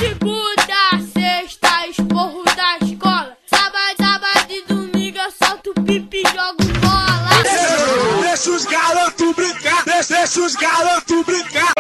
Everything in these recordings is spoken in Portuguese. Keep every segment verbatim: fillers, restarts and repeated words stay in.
Segunda, sexta, esporro da escola. Sábado, sábado e domingo eu solto pipi e jogo bola. Deixa os garotos brincar, deixa, deixa os garotos brincar.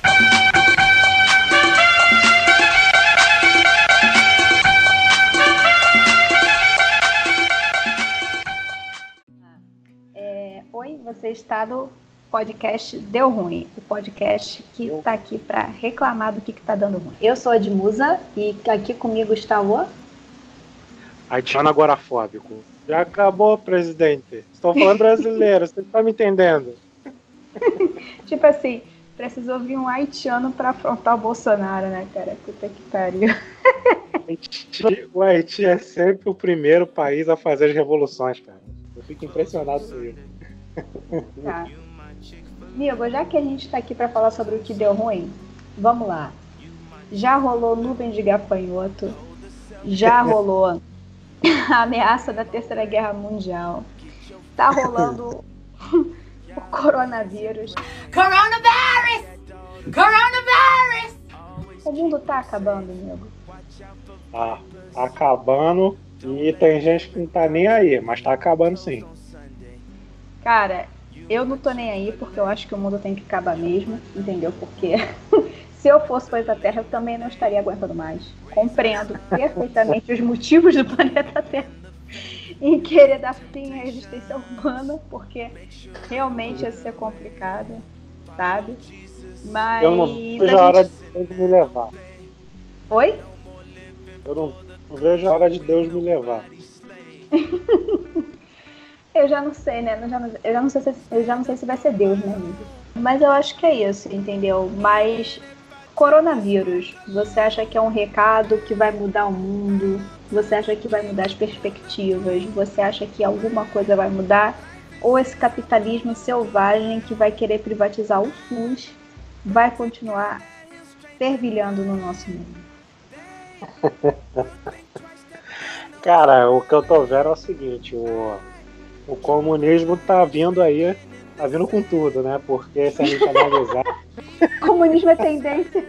É, oi, você está no podcast Deu Ruim, o podcast que está aqui para reclamar do que está dando ruim. Eu sou a Edmusa e aqui comigo está o... Haitiano agorafóbico. Já acabou, presidente. Estou falando brasileiro, você está me entendendo? Tipo assim, precisa ouvir um haitiano para afrontar o Bolsonaro, né, cara? Puta que pariu. O Haiti é sempre o primeiro país a fazer as revoluções, cara. Eu fico impressionado com isso. Tá. Amigo, já que a gente tá aqui pra falar sobre o que deu ruim, vamos lá. Já rolou nuvem de gafanhoto, já rolou a ameaça da Terceira Guerra Mundial, tá rolando o coronavírus. Coronavirus! Coronavirus! O mundo tá acabando, amigo. Tá, tá acabando e tem gente que não tá nem aí, mas tá acabando sim. Cara, eu não tô nem aí porque eu acho que o mundo tem que acabar mesmo, entendeu? Porque se eu fosse planeta Terra, eu também não estaria aguentando mais. Compreendo perfeitamente os motivos do planeta Terra em querer dar fim à existência humana, porque realmente ia ser complicado, sabe? Mas eu não vejo a hora de Deus me levar. Oi? Eu não, não vejo a hora de Deus me levar. Eu já não sei, né? Eu já não, eu já não sei se, eu já não sei se vai ser Deus, né, amigo? Mas eu acho que é isso, entendeu? Mas coronavírus, você acha que é um recado que vai mudar o mundo? Você acha que vai mudar as perspectivas? Você acha que alguma coisa vai mudar? Ou esse capitalismo selvagem que vai querer privatizar o SUS vai continuar fervilhando no nosso mundo? Cara, o que eu tô vendo é o seguinte, o, o comunismo tá vindo aí, tá vindo com tudo, né? Porque se a gente analisar... Comunismo é tendência.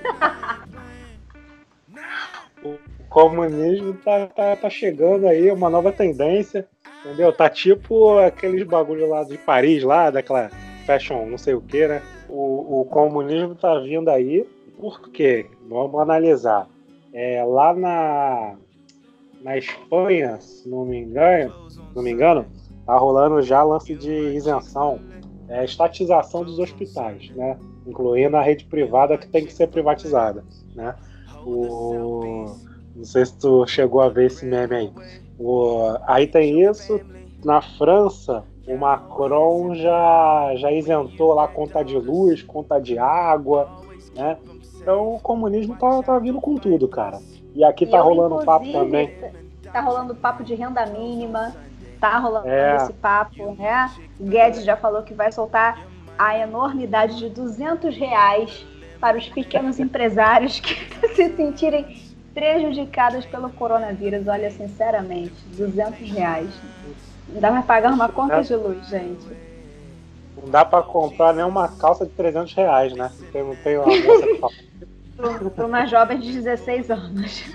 O comunismo tá, tá, tá chegando aí, uma nova tendência, entendeu? Tá tipo aqueles bagulho lá de Paris, lá, daquela fashion não sei o que, né? O, o comunismo tá vindo aí, por quê? Vamos analisar. É, lá na, na Espanha, se não me engano, não me engano, tá rolando já lance de isenção, é, estatização dos hospitais, né? Incluindo a rede privada que tem que ser privatizada, né? O, não sei se tu chegou a ver esse meme aí. O, aí tem isso. Na França, o Macron já, já isentou lá conta de luz, conta de água, né? Então o comunismo tá, tá vindo com tudo, cara. E aqui tá eu, rolando papo também. Tá rolando papo de renda mínima, tá rolando é. esse papo, né? O Guedes já falou que vai soltar a enormidade de duzentos reais para os pequenos empresários que se sentirem prejudicados pelo coronavírus. Olha, sinceramente, duzentos reais. Não dá pra pagar uma conta de luz, gente. Não dá pra comprar nem uma calça de trezentos reais, né? Não não tem uma moça que fala. Para uma jovem de dezesseis anos.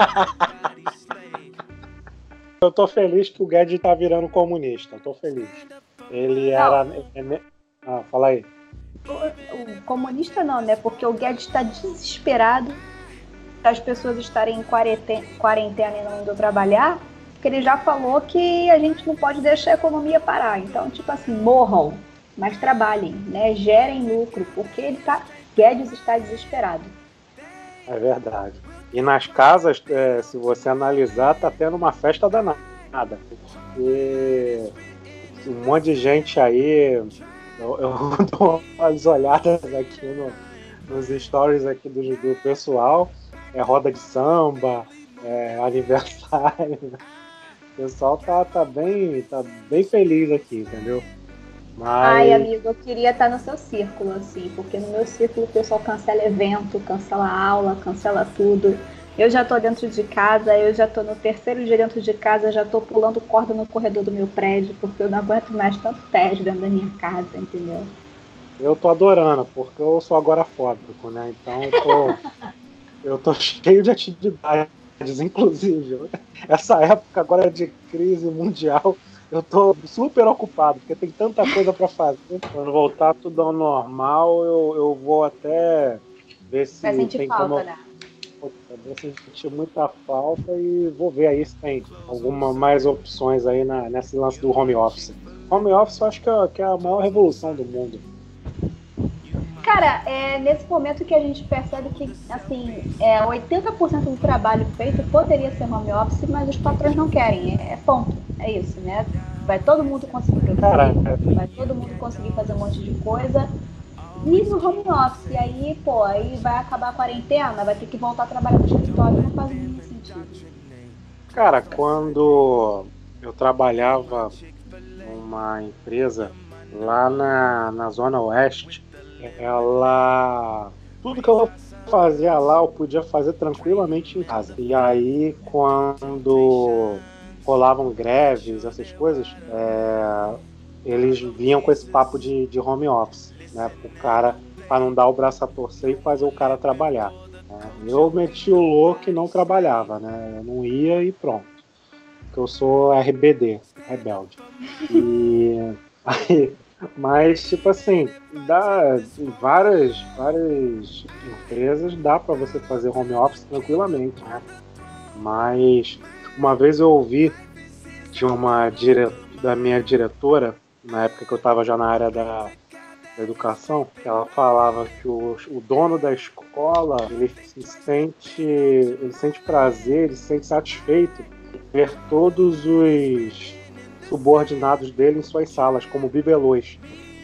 Eu tô feliz que o Guedes tá virando comunista. Eu tô feliz. Ele era... Não. Ah, fala aí. O, o comunista não, né? Porque o Guedes está desesperado das pessoas estarem em quarentena, quarentena e não indo trabalhar, porque ele já falou que a gente não pode deixar a economia parar. Então, tipo assim, morram, mas trabalhem, né? Gerem lucro, porque ele tá, Guedes está desesperado. É verdade. E nas casas, é, se você analisar, tá tendo uma festa danada. Porque um monte de gente aí... Eu, eu dou umas olhadas aqui no, nos stories aqui do, do pessoal. É roda de samba, é aniversário. O pessoal tá, tá, bem, tá bem feliz aqui, entendeu? Mas... Ai, amigo, eu queria estar no seu círculo, assim, porque no meu círculo o pessoal cancela evento, cancela aula, cancela tudo. Eu já tô dentro de casa, eu já tô no terceiro dia dentro de casa, já tô pulando corda no corredor do meu prédio, porque eu não aguento mais tanto tédio dentro da minha casa, entendeu? Eu tô adorando, porque eu sou agorafóbico, né? Então eu tô... eu tô cheio de atividades, inclusive. Essa época agora de crise mundial, eu tô super ocupado, porque tem tanta coisa para fazer. Quando voltar tudo ao normal, eu, eu vou até ver se Vai sentir tem falta, como... né? Eu senti muita falta e vou ver aí se tem alguma mais opções aí na, nesse lance do home office. Home office eu acho que é, que é a maior revolução do mundo. Cara, é nesse momento que a gente percebe que, assim, é, oitenta por cento do trabalho feito poderia ser home office, mas os patrões não querem. É, é ponto. É isso, né? Vai todo mundo conseguir produzir, Cara, vai todo mundo conseguir fazer um monte de coisa. E no home office, aí, pô, aí vai acabar a quarentena, vai ter que voltar a trabalhar no escritório, não faz nenhum sentido. Cara, quando eu trabalhava numa empresa lá na, na Zona Oeste, ela... Tudo que eu fazia lá, eu podia fazer tranquilamente em casa. E aí, quando rolavam greves, essas coisas, é, eles vinham com esse papo de, de home office, né? Pro cara, para não dar o braço a torcer e fazer o cara trabalhar. Né? Eu meti o louco e não trabalhava, né? Eu não ia e pronto. Porque eu sou R B D, rebelde. E aí, mas tipo assim, dá em várias, várias empresas dá para você fazer home office tranquilamente, né? Mas uma vez eu ouvi de uma dire... da minha diretora, na época que eu estava já na área da, da educação, que ela falava que o, o dono da escola ele se sente, ele sente prazer, ele se sente satisfeito em ver todos os subordinados dele em suas salas, como bibelôs.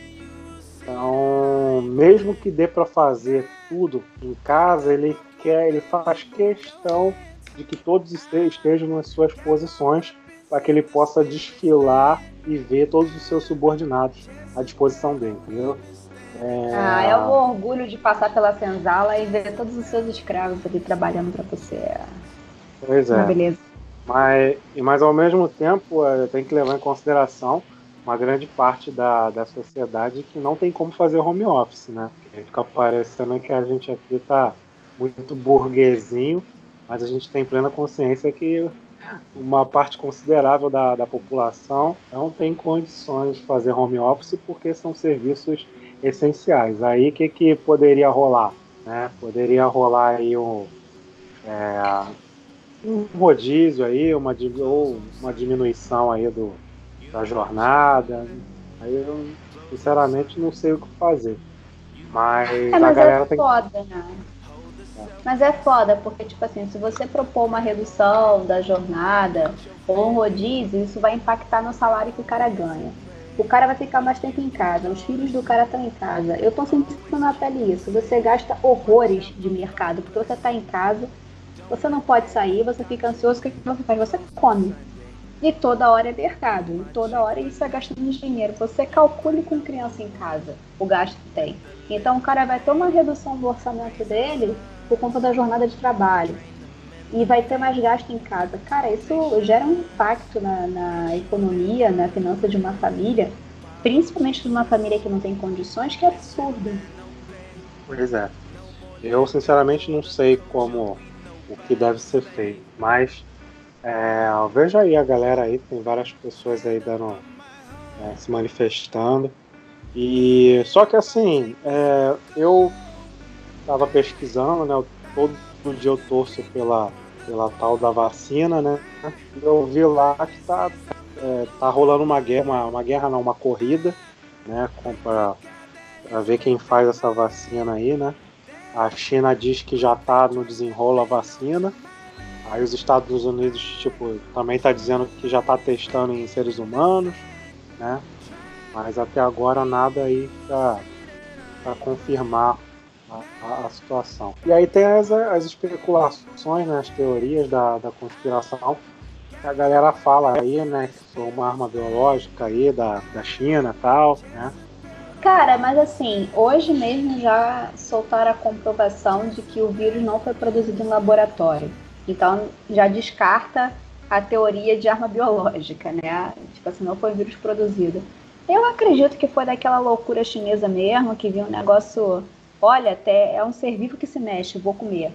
Então, mesmo que dê para fazer tudo em casa, ele quer, ele faz questão de que todos estejam nas suas posições para que ele possa desfilar e ver todos os seus subordinados à disposição dele, entendeu? É... Ah, é o orgulho de passar pela senzala e ver todos os seus escravos ali trabalhando para você. Pois é. Uma beleza. Mas, mas ao mesmo tempo, tem que levar em consideração uma grande parte da, da sociedade que não tem como fazer home office, né? Fica parecendo que a gente aqui tá muito burguesinho, mas a gente tem plena consciência que uma parte considerável da, da população não tem condições de fazer home office porque são serviços essenciais. Aí o que, que poderia rolar? Né? Poderia rolar aí um, é, um rodízio aí, uma, ou uma diminuição aí do, da jornada. Aí eu sinceramente não sei o que fazer. Mas, é, mas a galera é tem foda, né? Mas é foda, porque, tipo assim, se você propor uma redução da jornada ou um rodízio, isso vai impactar no salário que o cara ganha. O cara vai ficar mais tempo em casa, os filhos do cara estão em casa. Eu tô sentindo na pele isso. Você gasta horrores de mercado, porque você tá em casa, você não pode sair, você fica ansioso, o que você faz? Você come. E toda hora é mercado, e toda hora isso é gastando dinheiro. Você calcule com criança em casa o gasto que tem. Então o cara vai ter uma redução do orçamento dele por conta da jornada de trabalho. E vai ter mais gasto em casa. Cara, isso gera um impacto na, na economia, na finança de uma família, principalmente de uma família que não tem condições, que é absurdo. Pois é. Eu, sinceramente, não sei como o que deve ser feito, mas é, veja aí a galera aí, tem várias pessoas aí dando, é, se manifestando. E só que assim, é, eu estava pesquisando, né? Todo dia eu torço pela, pela tal da vacina, né? E eu vi lá que tá, é, tá rolando uma guerra, uma, uma guerra não, uma corrida, né? Para ver quem faz essa vacina aí, né? A China diz que já tá no desenrolo a vacina. Aí os Estados Unidos, tipo, também tá dizendo que já tá testando em seres humanos, né? Mas até agora nada aí para confirmar a, a, a situação. E aí tem as, as especulações, né, as teorias da, da conspiração, que a galera fala aí, né, que foi uma arma biológica aí da, da China e tal, né? Cara, mas assim, hoje mesmo já soltaram a comprovação de que o vírus não foi produzido em laboratório. Então já descarta a teoria de arma biológica, né? Tipo assim, não foi vírus produzido. Eu acredito que foi daquela loucura chinesa mesmo, que viu um negócio, olha, até é um ser vivo que se mexe, vou comer.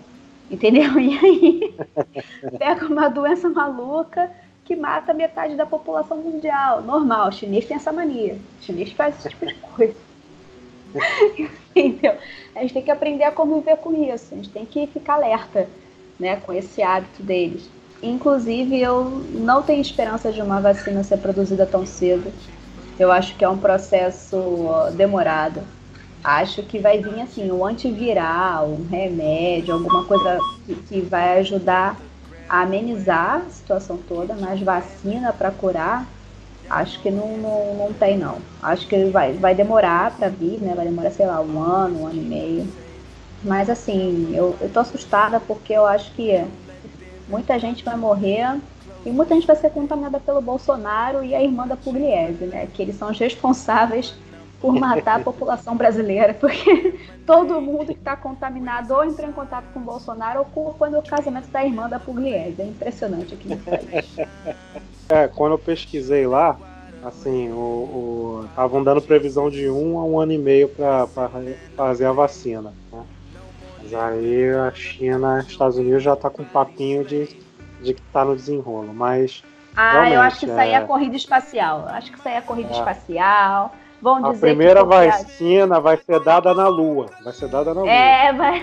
entendeu? E aí pega uma doença maluca que mata metade da população mundial. Normal, o chinês tem essa mania. O chinês faz esse tipo de coisa. Entendeu? A gente tem que aprender a conviver com isso. A gente tem que ficar alerta, né, com esse hábito deles. Inclusive, eu não tenho esperança de uma vacina ser produzida tão cedo. Eu acho que é um processo demorado. Acho que vai vir assim, um antiviral, um remédio, alguma coisa que, que vai ajudar a amenizar a situação toda, mas vacina para curar, acho que não, não, não tem não. Acho que vai, vai demorar para vir, né? Vai demorar, sei lá, um ano, um ano e meio. Mas assim, eu, eu tô assustada porque eu acho que muita gente vai morrer e muita gente vai ser contaminada pelo Bolsonaro e a irmã da Pugliese, né? Que eles são os responsáveis por matar a população brasileira, porque todo mundo que está contaminado ou entrou em contato com o Bolsonaro ou quando o casamento da irmã da Pugliese. É impressionante aqui no país. É, quando eu pesquisei lá, assim, estavam dando previsão de um a um ano e meio para fazer a vacina, né? Mas aí a China, Estados Unidos já está com um papinho de, de que está no desenrolo, mas ah, eu acho que isso aí é, é corrida espacial. Eu acho que isso aí é corrida é. espacial. Vão a dizer primeira que vacina vai ser dada na Lua. Vai ser dada na Lua. É, vai.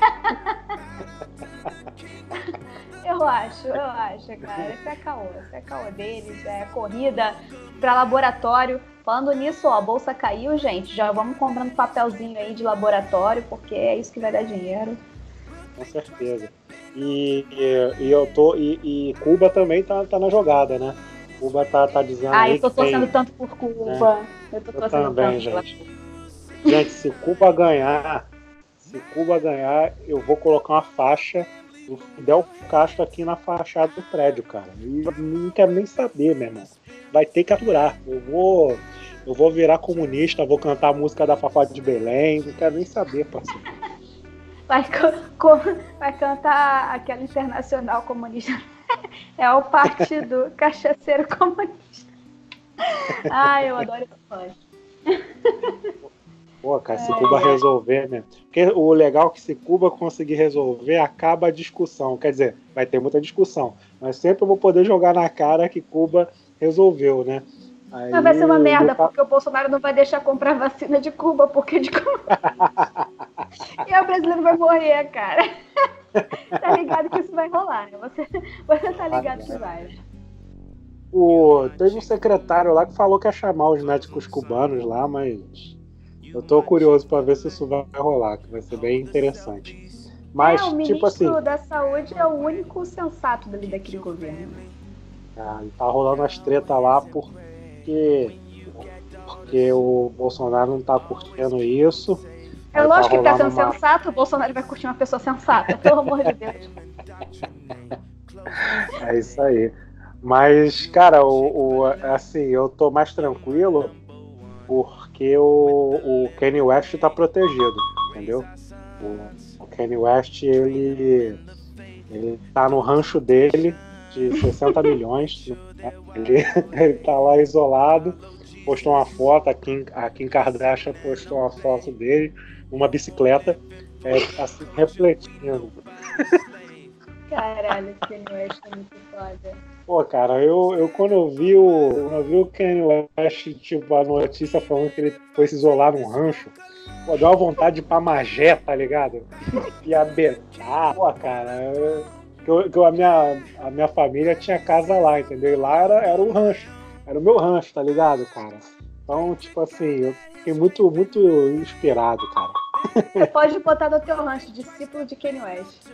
Eu acho, eu acho, cara. Isso é caô. Isso é caô deles. É corrida para laboratório. Falando nisso, ó, a bolsa caiu, gente. Já vamos comprando papelzinho aí de laboratório, porque é isso que vai dar dinheiro. Com certeza. E, e, e eu tô. E, e Cuba também tá, tá na jogada, né? Cuba tá, tá dizendo. Ah, aí eu tô que torcendo tem, tanto por Cuba. É. Eu tô torcendo eu também, tanto gente. pela... Gente, se Cuba ganhar, se Cuba ganhar, eu vou colocar uma faixa do Fidel Castro aqui na fachada do prédio, cara. E não quero nem saber, meu irmão. Vai ter que aturar. Eu vou, eu vou virar comunista, vou cantar a música da Fafá de Belém, não quero nem saber, parceiro. Vai, co vai cantar aquela internacional comunista. É o partido cachaceiro comunista. Ai, eu adoro esse fã. Pô, cara, se Cuba é. resolver, né? Porque o legal é que se Cuba conseguir resolver, acaba a discussão. Quer dizer, vai ter muita discussão. Mas sempre eu vou poder jogar na cara que Cuba resolveu, né? Aí, mas vai ser uma merda, eu... porque o Bolsonaro não vai deixar comprar vacina de Cuba, porque de Cuba. E o brasileiro vai morrer, cara. Tá ligado que isso vai rolar, né? Você, você tá ligado que vai. O, teve um secretário lá que falou que ia chamar os médicos cubanos lá, mas eu tô curioso pra ver se isso vai rolar, que vai ser bem interessante. Mas, é, o tipo ministro assim, da saúde é o único sensato dali daquele governo. Ah, tá rolando as tretas lá porque, porque o Bolsonaro não tá curtindo isso. É lógico tá que ele tá sendo uma... sensato, o Bolsonaro vai curtir uma pessoa sensata, pelo amor de Deus. É isso aí. Mas, cara, o, o, assim, eu tô mais tranquilo porque o, o Kanye West tá protegido, entendeu? O, o Kanye West, ele, ele tá no rancho dele de sessenta milhões, né? ele, ele tá lá isolado, postou uma foto, a Kim, a Kim Kardashian postou uma foto dele, uma bicicleta, é, assim, refletindo. Caralho, o Kanye West é muito foda. Pô, cara, eu, eu quando eu vi o, quando eu vi o Kanye West, tipo, a notícia falando que ele foi se isolar num rancho, pô, deu uma vontade de ir pra Magé, tá ligado? E a Betá, pô, cara, eu, que, eu, que eu, a, minha, a minha família tinha casa lá, entendeu? E lá era, era um rancho, era o meu rancho, tá ligado, cara? Então, tipo assim, eu fiquei muito, muito inspirado, cara. Você pode botar no teu rancho, discípulo de Kanye West.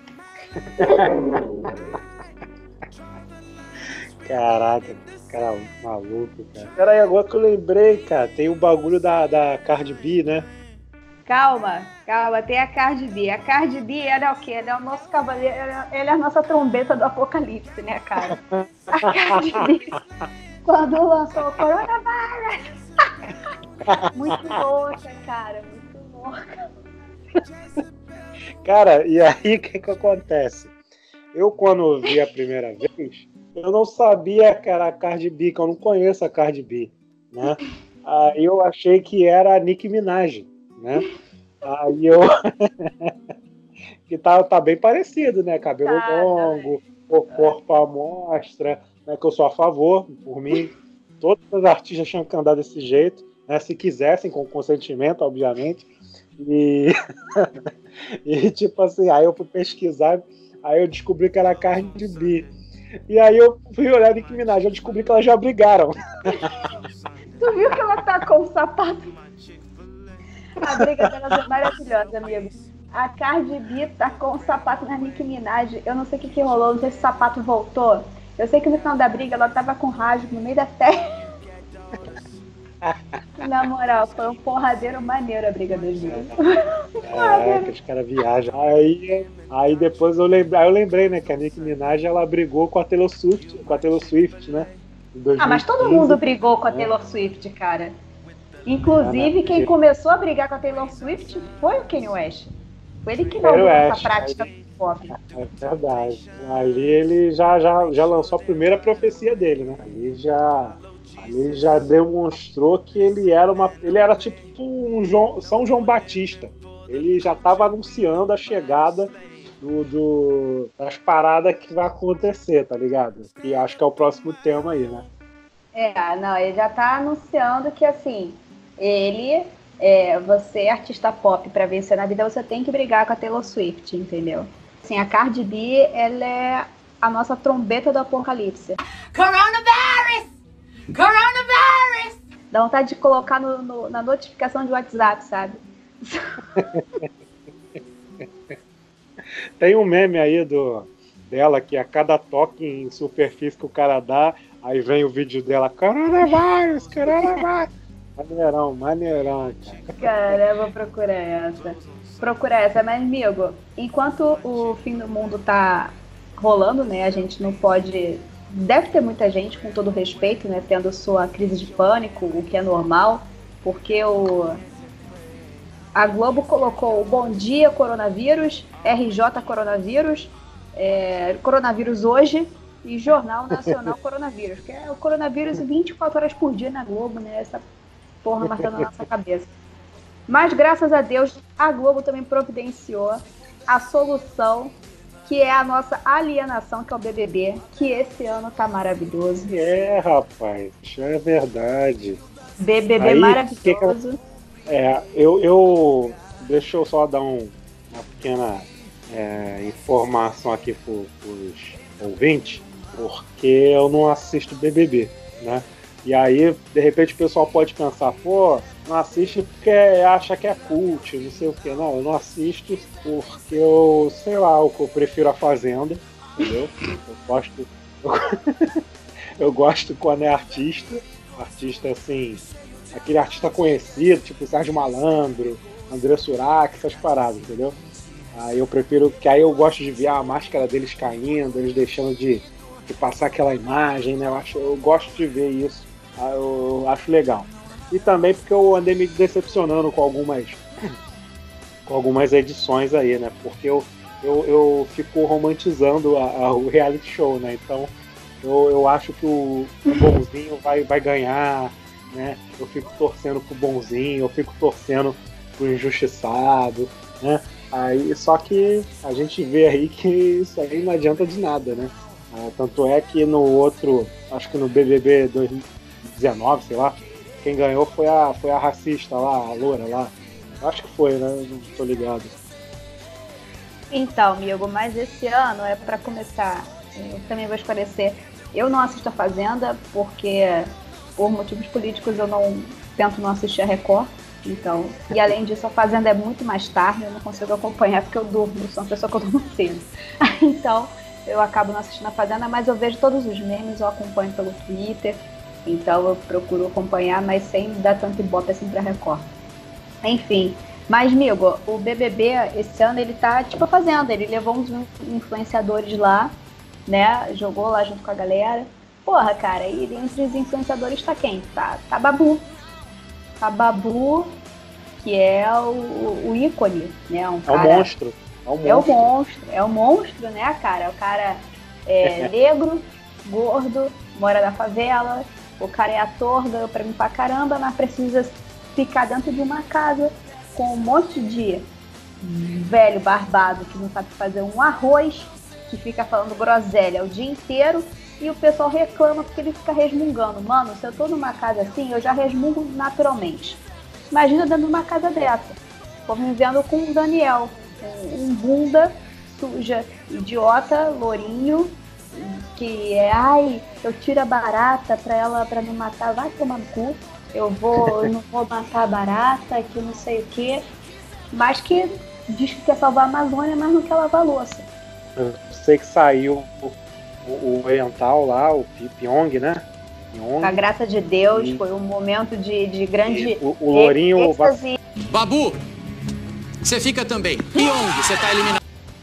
Caraca, cara maluco, cara. Peraí, agora que eu lembrei, cara, tem o bagulho da, da Cardi B, né? Calma, calma, tem a Cardi B. A Cardi B, ela é o quê? Ela é o nosso cavaleiro, ela é a nossa trombeta do apocalipse, né, cara? A Cardi B, quando lançou o Coronavirus. Muito louca, cara, muito louca. Cara, e aí o que que acontece? Eu, quando vi a primeira vez, eu não sabia que era a Cardi B, que eu não conheço a Cardi B, né? Aí eu achei que era a Nicki Minaj, né? Aí eu... que tá, tá bem parecido, né? Cabelo Tá, longo, o corpo à mostra, né? Que eu sou a favor, por mim. Todos os artistas tinham que andar desse jeito, né? Se quisessem, com consentimento, obviamente. E, e tipo assim, aí eu fui pesquisar, aí eu descobri que era Cardi B. E aí eu fui olhar Nicki Minaj, eu descobri que elas já brigaram. Tu viu que ela tá com o sapato? A briga delas é maravilhosa, amigo. A Cardi B tá com o sapato na Nicki Minaj. Eu não sei o que, que rolou, não sei se o sapato voltou. Eu sei que no final da briga ela tava com rasgo no meio da testa. Na moral, foi um porradeiro maneiro a briga dos dois. É, que os caras viajam. Aí, aí depois eu lembrei, eu lembrei, né, que a Nicki Minaj ela brigou com a Taylor Swift, com a Taylor Swift, né? Ah, mas todo mundo brigou com a Taylor Swift, cara. Inclusive, quem começou a brigar com a Taylor Swift foi o Kanye West. Foi ele que inaugurou essa prática do pop. É verdade. Ali ele já, já, já lançou a primeira profecia dele, né? Ali já, ali já demonstrou que ele era uma, ele era tipo um João, São João Batista. Ele já estava anunciando a chegada do, do, das paradas que vai acontecer, tá ligado? E acho que é o próximo tema aí, né? É, não, ele já tá anunciando que assim, ele, é, você é artista pop, pra vencer na vida, você tem que brigar com a Taylor Swift, entendeu? Assim, a Cardi B, ela é a nossa trombeta do apocalipse. Coronavirus! Coronavirus! Dá vontade de colocar no, no, na notificação de WhatsApp, sabe? Tem um meme aí do, dela que a cada toque em superfície que o cara dá, aí vem o vídeo dela, coronavírus, coronavírus. Maneirão, maneirão. Cara, eu vou procurar essa. Procurar essa, mas amigo, enquanto o fim do mundo tá rolando, né, a gente não pode... Deve ter muita gente, com todo respeito, né, tendo sua crise de pânico, o que é normal, porque o... a Globo colocou o Bom Dia Coronavírus, R J Coronavírus, é, Coronavírus Hoje e Jornal Nacional Coronavírus, que é o coronavírus vinte e quatro horas por dia na Globo, né? Essa porra marcando na nossa cabeça. Mas graças a Deus, a Globo também providenciou a solução, que é a nossa alienação, que é o B B B, que esse ano tá maravilhoso. É, rapaz, é verdade. B B B Aí, maravilhoso. Que que... É, eu, eu... Deixa eu só dar um, uma pequena é, informação aqui para os ouvintes, porque eu não assisto B B B, né? E aí, de repente, o pessoal pode pensar, pô, não assiste porque acha que é cult, não sei o que. Não, eu não assisto porque eu, sei lá, eu prefiro a Fazenda, entendeu? Eu gosto, eu, eu gosto quando é artista, artista assim, aquele artista conhecido, tipo Sérgio Malandro, André Surak, essas paradas, entendeu? Aí eu prefiro, que aí eu gosto de ver a máscara deles caindo, eles deixando de, de passar aquela imagem, né? Eu, acho, eu gosto de ver isso, eu acho legal. E também porque eu andei me decepcionando com algumas, com algumas edições aí, né? Porque eu, eu, eu fico romantizando a, a, o reality show, né? Então eu, eu acho que o, o bonzinho vai, vai ganhar, né? Eu fico torcendo pro bonzinho, eu fico torcendo pro injustiçado, né? Aí, só que a gente vê aí que isso aí não adianta de nada, né? Ah, tanto é que no outro, acho que no B B B dois mil e dezenove, sei lá, quem ganhou foi a, foi a racista lá, a loura lá. Acho que foi, né? Não tô ligado. Então, amigo, mas esse ano é pra começar. Eu também vou esclarecer. Eu não assisto a Fazenda porque, por motivos políticos, eu não tento não assistir a Record. Então, e além disso, a Fazenda é muito mais tarde, eu não consigo acompanhar porque eu durmo, eu sou uma pessoa que eu durmo cedo. Então, eu acabo não assistindo a Fazenda, mas eu vejo todos os memes, eu acompanho pelo Twitter, então eu procuro acompanhar, mas sem dar tanto ibope assim pra Record. Enfim, mas, amigo, o B B B esse ano ele tá tipo a Fazenda, ele levou uns influenciadores lá, né, jogou lá junto com a galera. Porra, cara, e entre os influenciadores tá quem? Tá, tá Babu. A Babu, que é o, o ícone, né? Um cara, é o monstro. É o monstro. É o monstro, é o monstro, né, cara? O cara é negro, gordo, mora na favela, o cara é ator, ganhou pra mim pra caramba, mas precisa ficar dentro de uma casa com um monte de velho barbado que não sabe fazer um arroz, que fica falando groselha o dia inteiro, e o pessoal reclama porque ele fica resmungando. Mano, se eu tô numa casa assim, eu já resmungo naturalmente. Imagina dentro de uma casa dessa. Tô vivendo com o Daniel, um bunda suja, idiota, lourinho, que é, ai, eu tiro a barata pra ela, pra não matar, vai tomar no cu, eu vou, eu não vou matar a barata, que não sei o que, mas que diz que quer salvar a Amazônia, mas não quer lavar a louça. Eu sei que saiu o, o oriental lá, o Pyong, né? Pyong. Com a graça de Deus, e... foi um momento de, de grande... O, o lourinho... êxtase. Babu, você fica também. Pyong, você tá eliminado.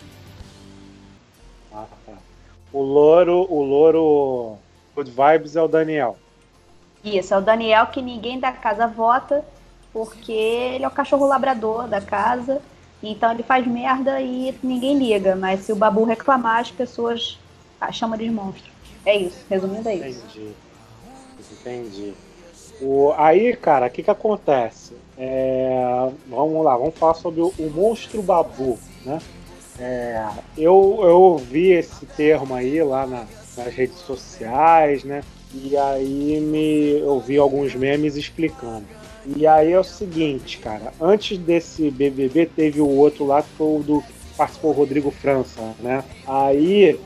Ah, tá. O louro, o louro Good Vibes é o Daniel. Isso, é o Daniel que ninguém da casa vota, porque ele é o cachorro labrador da casa, então ele faz merda e ninguém liga, mas se o Babu reclamar, as pessoas chamam ele de monstro. É isso, resumindo é isso. Entendi. Entendi. O, aí, cara, o que que acontece? É, vamos lá, vamos falar sobre o, o monstro Babu, né? É, eu, eu ouvi esse termo aí lá na, nas redes sociais, né? E aí me eu vi alguns memes explicando. E aí é o seguinte, cara, antes desse B B B teve o outro lá que foi o do participou o Rodrigo França, né? Aí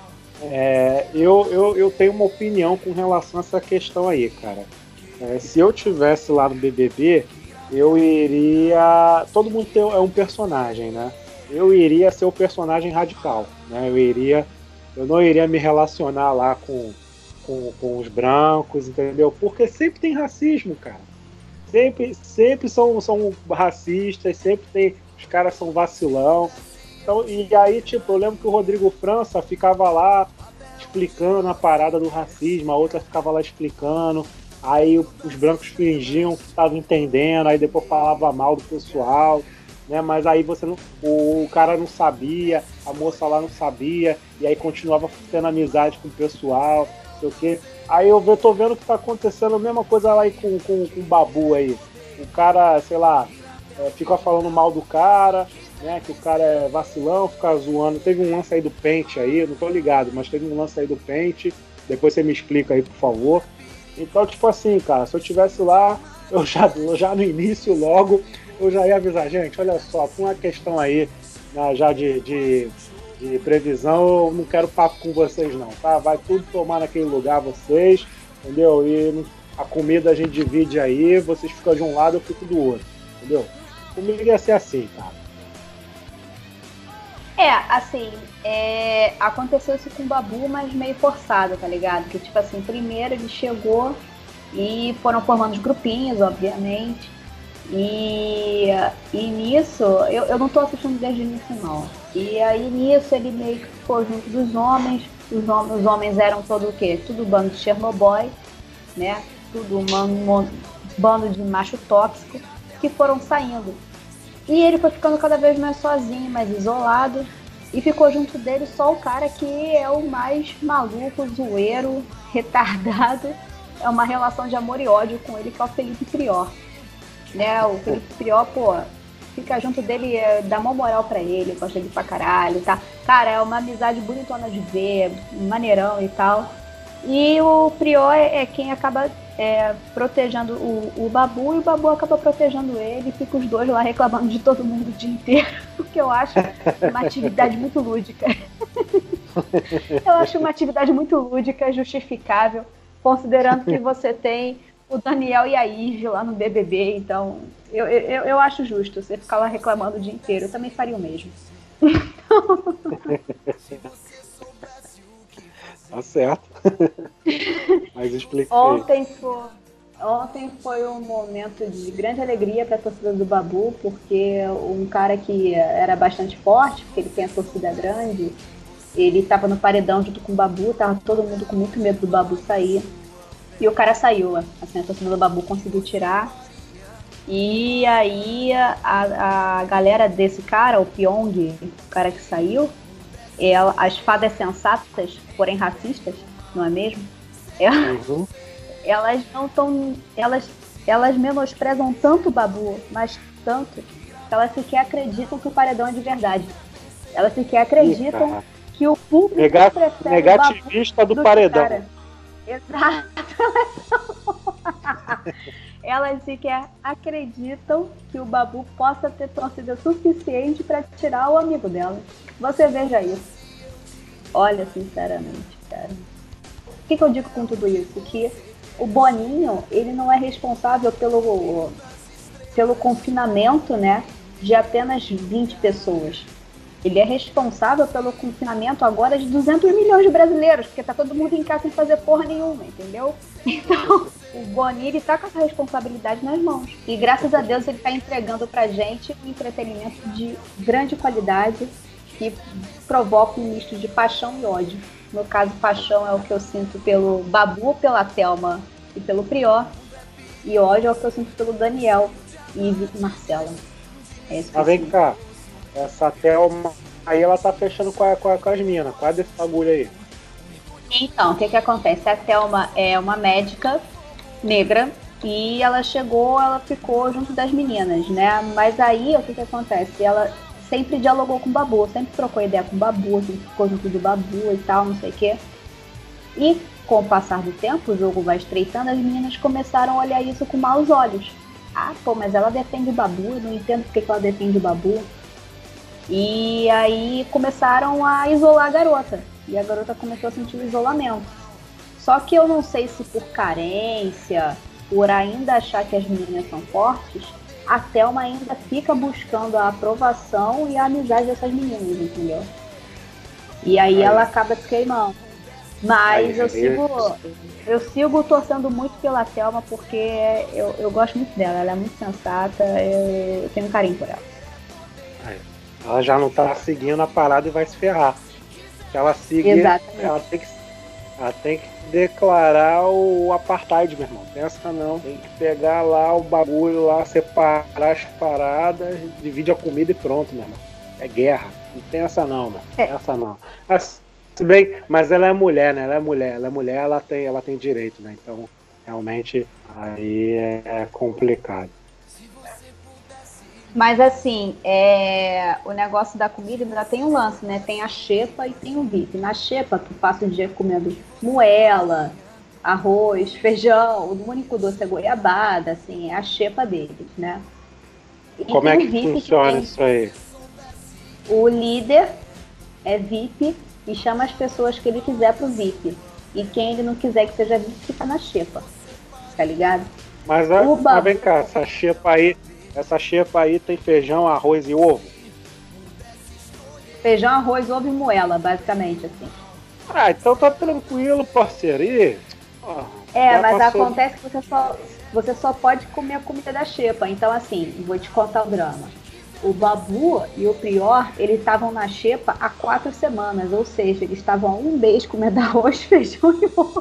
é, eu, eu, eu tenho uma opinião com relação a essa questão aí, cara. É, se eu tivesse lá no B B B, eu iria... Todo mundo tem, é um personagem, né? Eu iria ser o personagem radical, né? Eu iria... Eu não iria me relacionar lá com, com, com os brancos, entendeu? Porque sempre tem racismo, cara. Sempre, sempre são, são racistas, sempre tem... Os caras são vacilão. Então, e aí, tipo, eu lembro que o Rodrigo França ficava lá explicando a parada do racismo, a outra ficava lá explicando... Aí os brancos fingiam que estavam entendendo, aí depois falava mal do pessoal, né? Mas aí você não, o cara não sabia, a moça lá não sabia, e aí continuava tendo amizade com o pessoal, não sei o quê. Aí eu tô vendo que tá acontecendo a mesma coisa lá aí com, com, com o Babu aí. O cara, sei lá, é, fica falando mal do cara, né? Que o cara é vacilão, fica zoando. Teve um lance aí do Pente aí, não tô ligado, mas teve um lance aí do Pente. Depois você me explica aí, por favor. Então, tipo assim, cara, se eu tivesse lá, eu já, já no início, logo, eu já ia avisar, gente, olha só, com uma questão aí, né, já de, de, de previsão, eu não quero papo com vocês não, tá? Vai tudo tomar naquele lugar, vocês, entendeu? E a comida a gente divide aí, vocês ficam de um lado, eu fico do outro, entendeu? Comigo ia ser assim, cara. É, assim, é, aconteceu isso com o Babu, mas meio forçado, tá ligado? Que, tipo assim, primeiro ele chegou e foram formando os grupinhos, obviamente. E, e nisso, eu, eu não tô assistindo desde o início, não. E aí nisso ele meio que ficou junto dos homens. Os, homens, os homens eram todo o quê? Tudo bando de Chernobyl, né? Tudo um, um bando de macho tóxico que foram saindo. E ele foi ficando cada vez mais sozinho, mais isolado. E ficou junto dele só o cara que é o mais maluco, zoeiro, retardado. É uma relação de amor e ódio com ele, que é o Felipe Prior. Né? O Felipe Prior, pô, fica junto dele, dá mó moral pra ele, gosta dele pra caralho, tá? Cara, é uma amizade bonitona de ver, maneirão e tal. E o Prior é quem acaba é, protegendo o, o Babu, e o Babu acaba protegendo ele, e fica os dois lá reclamando de todo mundo o dia inteiro, o que eu acho uma atividade muito lúdica. Eu acho uma atividade muito lúdica, justificável, considerando que você tem o Daniel e a Ige lá no B B B, então eu, eu, eu acho justo você ficar lá reclamando o dia inteiro, eu também faria o mesmo. Tá certo. Mas expliquei. Ontem foi, ontem foi um momento de grande alegria para a torcida do Babu, porque um cara que era bastante forte, porque ele tem a torcida grande, ele estava no paredão junto com o Babu, tava todo mundo com muito medo do Babu sair. E o cara saiu, assim, a torcida do Babu conseguiu tirar. E aí a, a galera desse cara, o Pyong, o cara que saiu, ela, as fadas sensatas, porém racistas, não é mesmo? Elas, uhum. elas não estão. Elas, elas menosprezam tanto o Babu, mas tanto, que elas sequer acreditam que o paredão é de verdade. Elas sequer acreditam Eita. que o público Nega- prefere negativista o do Babu paredão. que o cara. Exato. Elas sequer acreditam que o Babu possa ter torcida suficiente para tirar o amigo dela. Você veja isso. Olha, sinceramente, cara. O que, que eu digo com tudo isso? Que o Boninho, ele não é responsável pelo, pelo confinamento, né, de apenas vinte pessoas. Ele é responsável pelo confinamento agora de duzentos milhões de brasileiros, porque tá todo mundo em casa sem fazer porra nenhuma, entendeu? Então, o Boninho, ele tá com essa responsabilidade nas mãos. E graças a Deus ele tá entregando pra gente um entretenimento de grande qualidade que provoca um misto de paixão e ódio. No caso, paixão é o que eu sinto pelo Babu, pela Thelma e pelo Prior. E ódio é o que eu sinto pelo Daniel, Ive e Marcela. É isso que Mas eu vem sinto. cá, essa Thelma aí ela tá fechando com, a, com, a, com as minas. Qual é desse bagulho aí? Então, o que que acontece? A Thelma é uma médica negra e ela chegou, ela ficou junto das meninas, né? Mas aí, o que que acontece? Ela sempre dialogou com o Babu, sempre trocou ideia com o Babu, sempre ficou junto do Babu e tal, não sei o quê. E, com o passar do tempo, o jogo vai estreitando, as meninas começaram a olhar isso com maus olhos. Ah, pô, mas ela defende o Babu, eu não entendo porque que ela defende o Babu. E aí começaram a isolar a garota. E a garota começou a sentir o isolamento. Só que eu não sei se por carência, por ainda achar que as meninas são fortes, a Thelma ainda fica buscando a aprovação e a amizade dessas meninas, entendeu? E aí, Aí. ela acaba se queimando. Mas Aí, eu aí. sigo eu sigo torcendo muito pela Thelma porque eu, eu gosto muito dela, ela é muito sensata, eu, eu tenho um carinho por ela. Aí. Ela já não tá seguindo a parada e vai se ferrar. Se ela seguir, Exatamente. ela tem que, ela tem que declarar o apartheid, meu irmão. Pensa não, tem que pegar lá o bagulho lá, separar as paradas, divide a comida e pronto, meu irmão. É guerra. Não tem essa não, mano. É. Essa não. Mas, se bem, mas ela é mulher, né? Ela é mulher, ela é mulher, ela tem, ela tem direito, né? Então, realmente, aí é, é complicado. Mas assim, é... o negócio da comida ainda tem um lance, né? Tem a xepa e tem o V I P. Na xepa, tu passa o dia comendo moela, arroz, feijão, o único doce é goiabada, assim, é a xepa deles, né? E Como tem é o que V I P funciona tem isso aí? o líder é V I P e chama as pessoas que ele quiser pro V I P. E quem ele não quiser que seja V I P fica na xepa. Tá ligado? Mas, a, O mas Babu- vem cá, essa xepa aí, essa xepa aí tem feijão, arroz e ovo? Feijão, arroz, ovo e moela, basicamente, assim. Ah, então tá tranquilo, parceiro. Ih, ó, É, já mas passou- acontece que você só, você só pode comer a comida da xepa. Então, assim, vou te contar o drama. O Babu e o Prior, eles estavam na xepa há quatro semanas. Ou seja, eles estavam há um mês comendo arroz, feijão e ovo.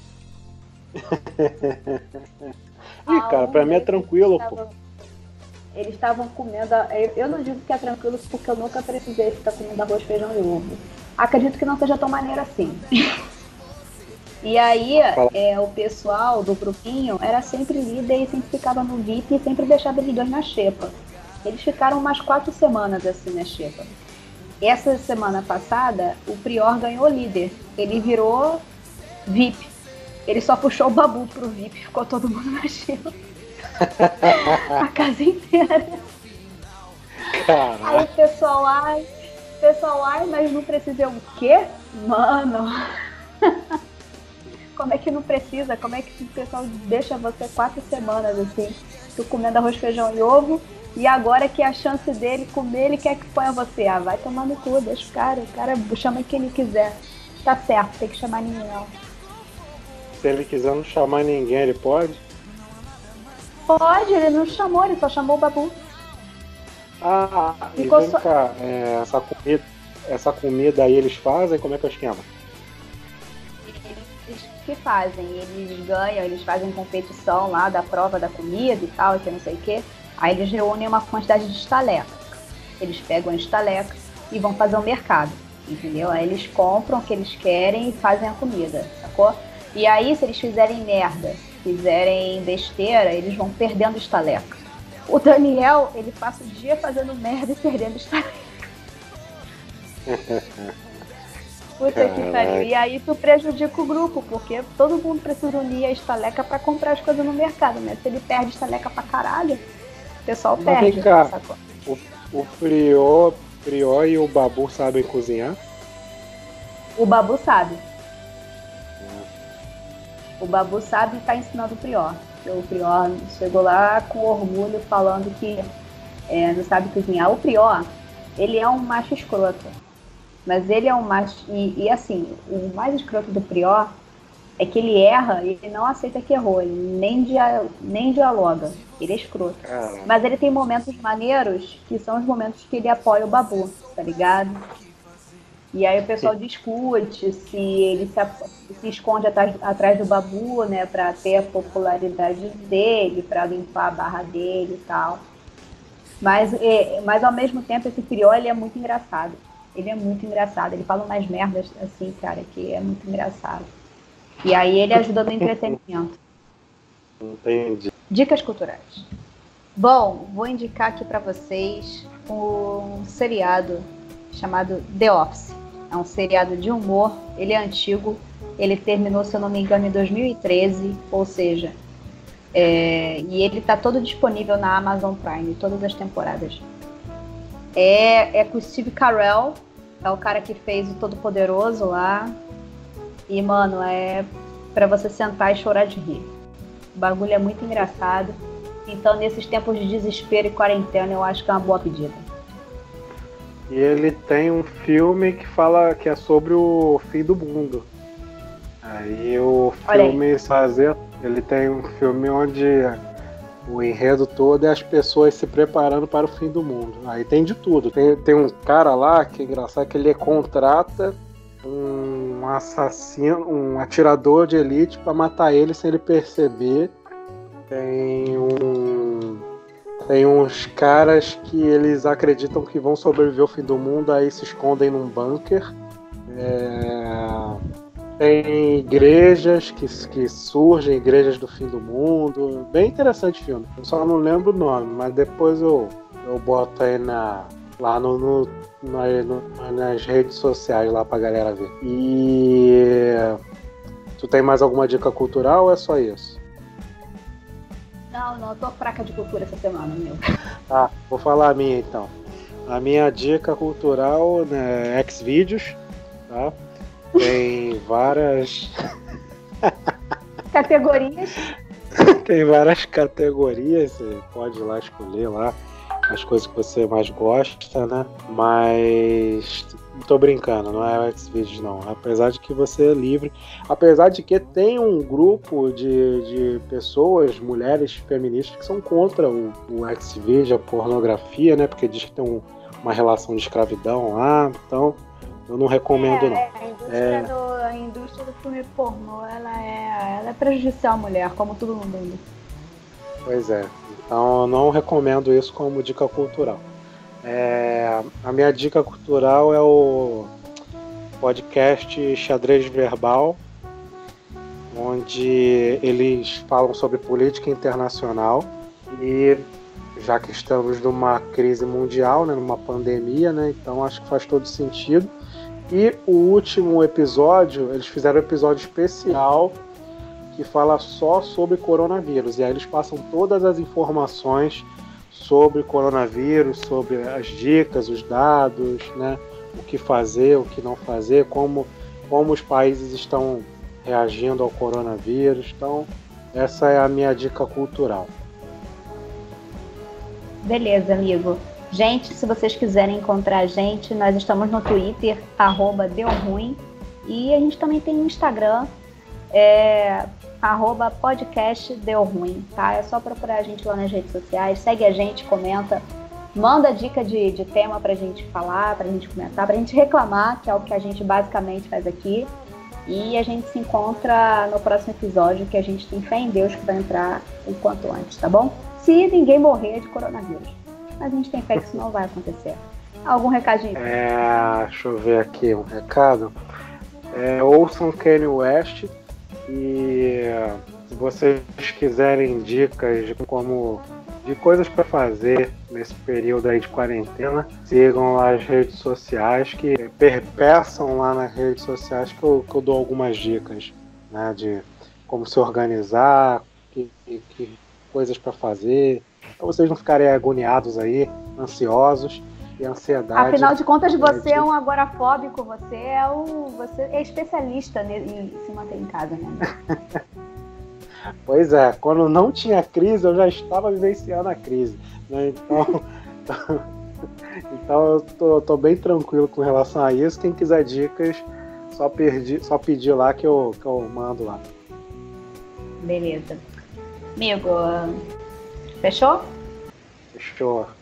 Ih, cara, Há um pra mim é mês tranquilo, eles pô. estavam- Eles estavam comendo... a- Eu eu não digo que é tranquilo porque eu nunca precisei ficar comendo arroz, feijão e ovo. Acredito que não seja tão maneiro assim. E aí, Fala. é, o pessoal do grupinho era sempre líder e sempre ficava no V I P e sempre deixava eles dois na xepa. Eles ficaram umas quatro semanas assim na xepa. Essa semana passada, o Prior ganhou líder. Ele virou V I P. Ele só puxou o Babu pro V I P, ficou todo mundo na xepa. A casa inteira. Aí Caralho. o pessoal, ai, o pessoal, ai, mas não precisa o quê? Mano, como é que não precisa? Como é que o pessoal deixa você quatro semanas assim, tu comendo arroz, feijão e ovo, e agora que é a chance dele comer, ele quer que ponha você? Ah, vai tomar no cu, deixa o cara, o cara chama quem ele quiser. Tá certo, tem que chamar ninguém não. Se ele quiser não chamar ninguém, ele pode? Pode, ele não chamou, ele só chamou o Babu. Ah, e Ficou vem só- cá, é, essa, comida, essa comida aí eles fazem, como é que é o esquema? Eles que fazem, eles ganham, eles fazem competição lá da prova da comida e tal, que não sei o que. Aí eles reúnem uma quantidade de estalecas. Eles pegam a estaleca e vão fazer o mercado, entendeu? Aí eles compram o que eles querem e fazem a comida, sacou? E aí, se eles fizerem merda, fizerem besteira, eles vão perdendo estaleca. O Daniel, ele passa o dia fazendo merda e perdendo estaleca. Puta que pariu. E aí tu prejudica o grupo, porque todo mundo precisa unir a estaleca pra comprar as coisas no mercado, né? Se ele perde estaleca pra caralho, o pessoal Mas perde. vem cá, Sacou? o, o Prior, Prior e o Babu sabem cozinhar? O Babu sabe. O Babu sabe e tá ensinando o Prior. O Prior chegou lá com orgulho falando que é, não sabe cozinhar. O Prior, ele é um macho escroto. Mas ele é um macho... E, e assim, o mais escroto do Prior é que ele erra e ele não aceita que errou. Ele nem, dia, nem dialoga. Ele é escroto. Caramba. Mas ele tem momentos maneiros que são os momentos que ele apoia o Babu, tá ligado? E aí o pessoal discute se ele se, se esconde atrás, atrás do Babu, né, pra ter a popularidade dele, pra limpar a barra dele e tal. Mas, é, mas ao mesmo tempo esse Prior, ele é muito engraçado. Ele é muito engraçado. Ele fala umas merdas assim, cara, que é muito engraçado. E aí ele ajuda no entretenimento. Entendi. Dicas culturais. Bom, vou indicar aqui pra vocês um seriado chamado The Office. É um seriado de humor, ele é antigo, ele terminou, se eu não me engano, em dois mil e treze, ou seja, é, e ele está todo disponível na Amazon Prime, todas as temporadas. É, é com o Steve Carell, é o cara que fez o Todo-Poderoso lá, e, mano, é pra você sentar e chorar de rir. O bagulho é muito engraçado, então nesses tempos de desespero e quarentena eu acho que é uma boa pedida. E ele tem um filme que fala que é sobre o fim do mundo. Aí o filme fazer, ele tem um filme onde o enredo todo é as pessoas se preparando para o fim do mundo. Aí tem de tudo. Tem, tem um cara lá que é engraçado que ele contrata um assassino, um atirador de elite para matar ele sem ele perceber. Tem um Tem uns caras que eles acreditam que vão sobreviver ao fim do mundo, aí se escondem num bunker. É... Tem igrejas que, que surgem, igrejas do fim do mundo. Bem interessante o filme. Eu só não lembro o nome, mas depois eu, eu boto aí na, lá no, no, na, no, nas redes sociais lá pra galera ver. E tu tem mais alguma dica cultural ou é só isso? Não, não, eu tô fraca de cultura essa semana, meu. Ah, vou falar a minha então. A minha dica cultural, né, Xvideos, tá? Tem várias... Categorias? Tem várias categorias, você pode ir lá escolher lá as coisas que você mais gosta, né? Mas tô brincando, não é o Xvideos não. Apesar de que você é livre, apesar de que tem um grupo de, de pessoas, mulheres feministas que são contra o, o Xvideos, a pornografia, né? Porque diz que tem um, uma relação de escravidão lá, então eu não recomendo é, não. É, a, indústria é... do, a indústria do filme pornô, ela é, ela é prejudicial à mulher, como todo mundo. Pois é, então eu não recomendo isso como dica cultural. É, a minha dica cultural é o podcast Xadrez Verbal, onde eles falam sobre política internacional e já que estamos numa crise mundial, né, numa pandemia, né, então acho que faz todo sentido. E o último episódio, eles fizeram um episódio especial que fala só sobre coronavírus, e aí eles passam todas as informações sobre coronavírus, sobre as dicas, os dados, né, o que fazer, o que não fazer, como, como os países estão reagindo ao coronavírus. Então, essa é a minha dica cultural. Beleza, amigo. Gente, se vocês quiserem encontrar a gente, nós estamos no Twitter, arroba Deu Ruim, e a gente também tem no Instagram, é, arroba podcast Deu Ruim, tá? É só procurar a gente lá nas redes sociais, segue a gente, comenta, manda dica de, de tema pra gente falar, pra gente comentar, pra gente reclamar, que é o que a gente basicamente faz aqui. E a gente se encontra no próximo episódio, que a gente tem fé em Deus que vai entrar o quanto antes, tá bom? Se ninguém morrer de coronavírus. Mas a gente tem fé que isso não vai acontecer. Algum recadinho? É, deixa eu ver aqui um recado. É, ouçam Kanye West, e se vocês quiserem dicas de como de coisas para fazer nesse período aí de quarentena, sigam lá as redes sociais, que perpeçam lá nas redes sociais que eu, que eu dou algumas dicas, né, de como se organizar, que, que coisas para fazer, para vocês não ficarem agoniados aí, ansiosos e ansiedade. Afinal de contas, você é, de... é um agorafóbico, você é o, você é especialista em se manter em casa, né? Pois é, quando não tinha crise, eu já estava vivenciando a crise, né? Então, então eu tô, tô bem tranquilo com relação a isso. Quem quiser dicas, só, perdi, só pedir lá que eu, que eu mando lá. Beleza. Amigo, fechou? Fechou.